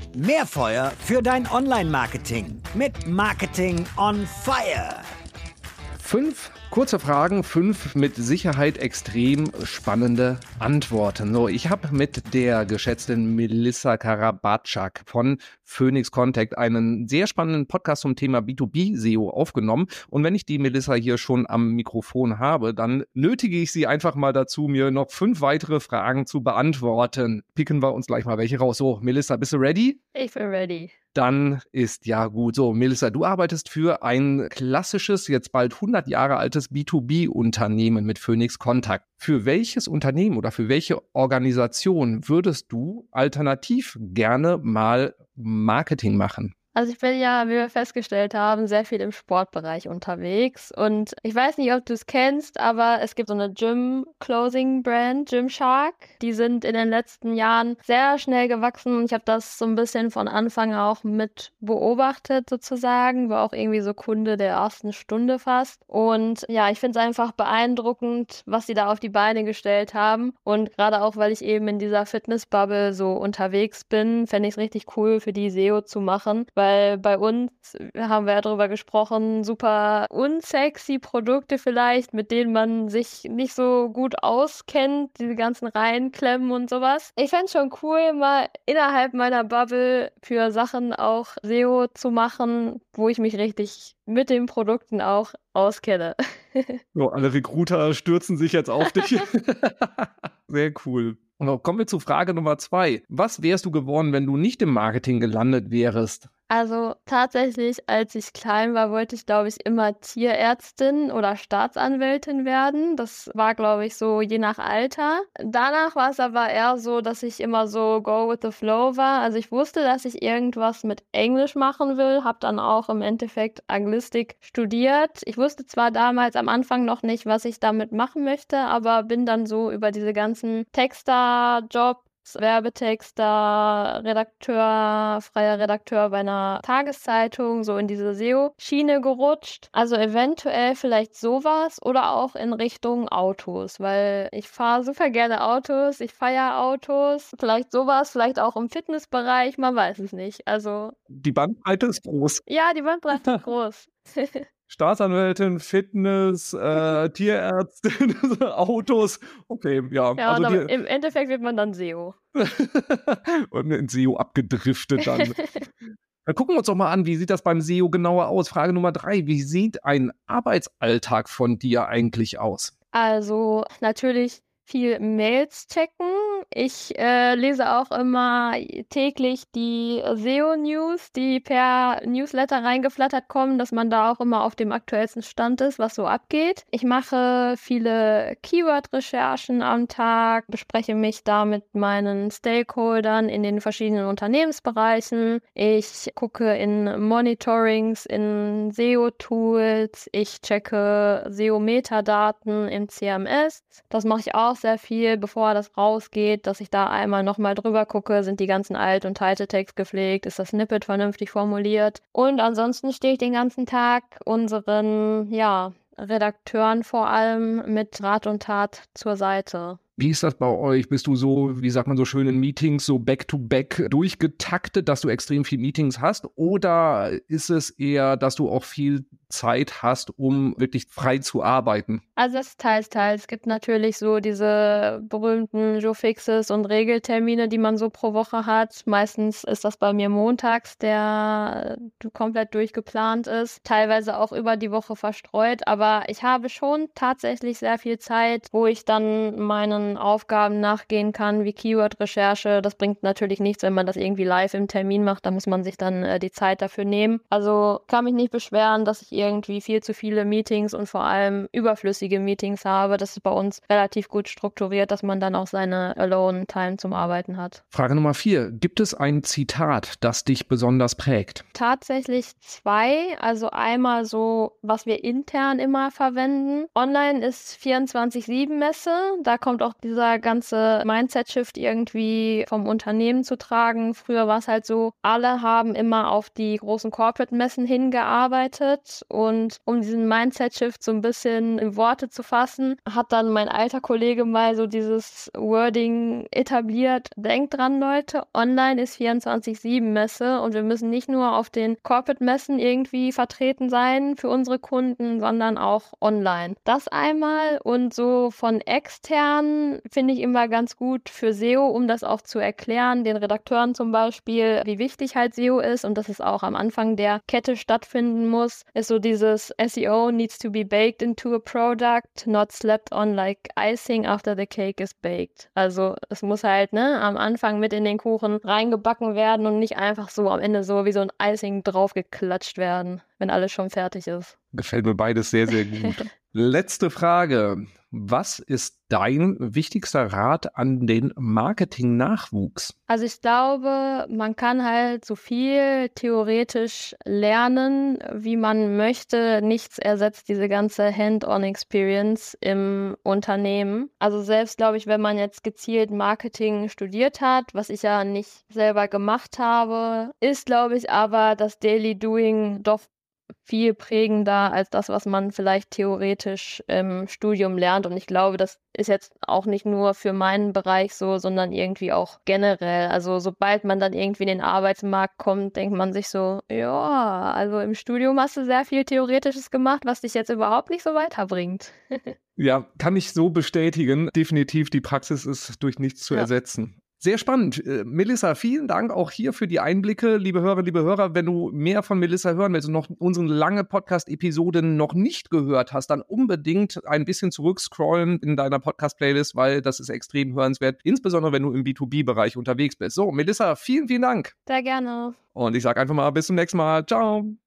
Mehr Feuer für dein Online-Marketing mit Marketing on Fire. 5 kurze Fragen, 5 mit Sicherheit extrem spannende Antworten. So, ich habe mit der geschätzten Melissa Karabatschak von Phoenix Contact einen sehr spannenden Podcast zum Thema B2B-SEO aufgenommen. Und wenn ich die Melissa hier schon am Mikrofon habe, dann nötige ich sie einfach mal dazu, mir noch 5 weitere Fragen zu beantworten. Picken wir uns gleich mal welche raus. So, Melissa, bist du ready? Ich bin ready. Dann ist ja gut. So, Melissa, du arbeitest für ein klassisches, jetzt bald 100 Jahre altes B2B-Unternehmen mit Phoenix Contact. Für welches Unternehmen oder für welche Organisation würdest du alternativ gerne mal Marketing machen? Also ich bin ja, wie wir festgestellt haben, sehr viel im Sportbereich unterwegs und ich weiß nicht, ob du es kennst, aber es gibt so eine Gym-Clothing-Brand, Gymshark. Die sind in den letzten Jahren sehr schnell gewachsen und ich habe das so ein bisschen von Anfang auch mit beobachtet sozusagen, war auch irgendwie so Kunde der ersten Stunde fast und ja, ich finde es einfach beeindruckend, was sie da auf die Beine gestellt haben und gerade auch, weil ich eben in dieser Fitness-Bubble so unterwegs bin, fände ich es richtig cool für die SEO zu machen, weil bei uns haben wir ja drüber gesprochen, super unsexy Produkte vielleicht, mit denen man sich nicht so gut auskennt, diese ganzen Reihenklemmen und sowas. Ich fände es schon cool, mal innerhalb meiner Bubble für Sachen auch SEO zu machen, wo ich mich richtig mit den Produkten auch auskenne. So, alle Recruiter stürzen sich jetzt auf dich. Sehr cool. Und kommen wir zu Frage Nummer 2. Was wärst du geworden, wenn du nicht im Marketing gelandet wärst? Also tatsächlich, als ich klein war, wollte ich, glaube ich, immer Tierärztin oder Staatsanwältin werden. Das war, glaube ich, so je nach Alter. Danach war es aber eher so, dass ich immer so go with the flow war. Also ich wusste, dass ich irgendwas mit Englisch machen will, habe dann auch im Endeffekt Anglistik studiert. Ich wusste zwar damals am Anfang noch nicht, was ich damit machen möchte, aber bin dann so über diese ganzen Texter-Jobs, Werbetexter, Redakteur, freier Redakteur bei einer Tageszeitung, so in diese SEO-Schiene gerutscht. Also eventuell vielleicht sowas oder auch in Richtung Autos, weil ich fahre super gerne Autos, ich feiere Autos. Vielleicht sowas, vielleicht auch im Fitnessbereich, man weiß es nicht. Also Die Bandbreite ist groß. ja, die Bandbreite ist groß. Staatsanwältin, Fitness, Tierärztin, Autos. Okay, ja. Ja, also und im Endeffekt wird man dann SEO. und in SEO abgedriftet dann. Dann gucken wir uns doch mal an, wie sieht das beim SEO genauer aus? Frage Nummer 3. Wie sieht ein Arbeitsalltag von dir eigentlich aus? Also natürlich viel Mails checken. Ich lese auch immer täglich die SEO-News, die per Newsletter reingeflattert kommen, dass man da auch immer auf dem aktuellsten Stand ist, was so abgeht. Ich mache viele Keyword-Recherchen am Tag, bespreche mich da mit meinen Stakeholdern in den verschiedenen Unternehmensbereichen. Ich gucke in Monitorings, in SEO-Tools. Ich checke SEO-Metadaten im CMS. Das mache ich auch sehr viel, bevor das rausgeht, dass ich da einmal nochmal drüber gucke, sind die ganzen Alt- und Title-Tags gepflegt, ist das Snippet vernünftig formuliert. Und ansonsten stehe ich den ganzen Tag unseren, Redakteuren vor allem mit Rat und Tat zur Seite. Wie ist das bei euch? Bist du so, wie sagt man so schön in Meetings, so back-to-back durchgetaktet, dass du extrem viel Meetings hast? Oder ist es eher, dass du auch viel Zeit hast, um wirklich frei zu arbeiten? Also das ist teils, teils. Es gibt natürlich so diese berühmten Joe-Fixes und Regeltermine, die man so pro Woche hat. Meistens ist das bei mir montags, der komplett durchgeplant ist. Teilweise auch über die Woche verstreut. Aber ich habe schon tatsächlich sehr viel Zeit, wo ich dann meinen Aufgaben nachgehen kann, wie Keyword-Recherche. Das bringt natürlich nichts, wenn man das irgendwie live im Termin macht. Da muss man sich dann die Zeit dafür nehmen. Also kann mich nicht beschweren, dass ich irgendwie viel zu viele Meetings und vor allem überflüssige Meetings habe. Das ist bei uns relativ gut strukturiert, dass man dann auch seine Alone-Time zum Arbeiten hat. Frage Nummer 4. Gibt es ein Zitat, das dich besonders prägt? Tatsächlich 2. Also einmal so, was wir intern immer verwenden. Online ist 24/7-Messe. Da kommt auch dieser ganze Mindset-Shift irgendwie vom Unternehmen zu tragen. Früher war es halt so, alle haben immer auf die großen Corporate-Messen hingearbeitet Und um diesen Mindset-Shift so ein bisschen in Worte zu fassen, hat dann mein alter Kollege mal so dieses Wording etabliert. Denkt dran, Leute, online ist 24/7-Messe und wir müssen nicht nur auf den Corporate-Messen irgendwie vertreten sein für unsere Kunden, sondern auch online. Das einmal und so von extern finde ich immer ganz gut für SEO, um das auch zu erklären, den Redakteuren zum Beispiel, wie wichtig halt SEO ist und dass es auch am Anfang der Kette stattfinden muss, ist so dieses SEO needs to be baked into a product, not slapped on like icing after the cake is baked. Also es muss halt am Anfang mit in den Kuchen reingebacken werden und nicht einfach so am Ende so wie so ein Icing draufgeklatscht werden, wenn alles schon fertig ist. Gefällt mir beides sehr, sehr gut. Letzte Frage. Was ist dein wichtigster Rat an den Marketing-Nachwuchs? Also ich glaube, man kann halt so viel theoretisch lernen, wie man möchte. Nichts ersetzt diese ganze Hand-on-Experience im Unternehmen. Also selbst, glaube ich, wenn man jetzt gezielt Marketing studiert hat, was ich ja nicht selber gemacht habe, ist, glaube ich, aber das Daily Doing doch viel prägender als das, was man vielleicht theoretisch im Studium lernt. Und ich glaube, das ist jetzt auch nicht nur für meinen Bereich so, sondern irgendwie auch generell. Also sobald man dann irgendwie in den Arbeitsmarkt kommt, denkt man sich so, ja, also im Studium hast du sehr viel Theoretisches gemacht, was dich jetzt überhaupt nicht so weiterbringt. Ja, kann ich so bestätigen. Definitiv, die Praxis ist durch nichts zu ersetzen. Sehr spannend. Melissa, vielen Dank auch hier für die Einblicke. Liebe Hörerinnen, liebe Hörer, wenn du mehr von Melissa hören willst und noch unsere lange Podcast-Episoden noch nicht gehört hast, dann unbedingt ein bisschen zurückscrollen in deiner Podcast-Playlist, weil das ist extrem hörenswert, insbesondere wenn du im B2B-Bereich unterwegs bist. So, Melissa, vielen, vielen Dank. Sehr gerne. Und ich sage einfach mal bis zum nächsten Mal. Ciao.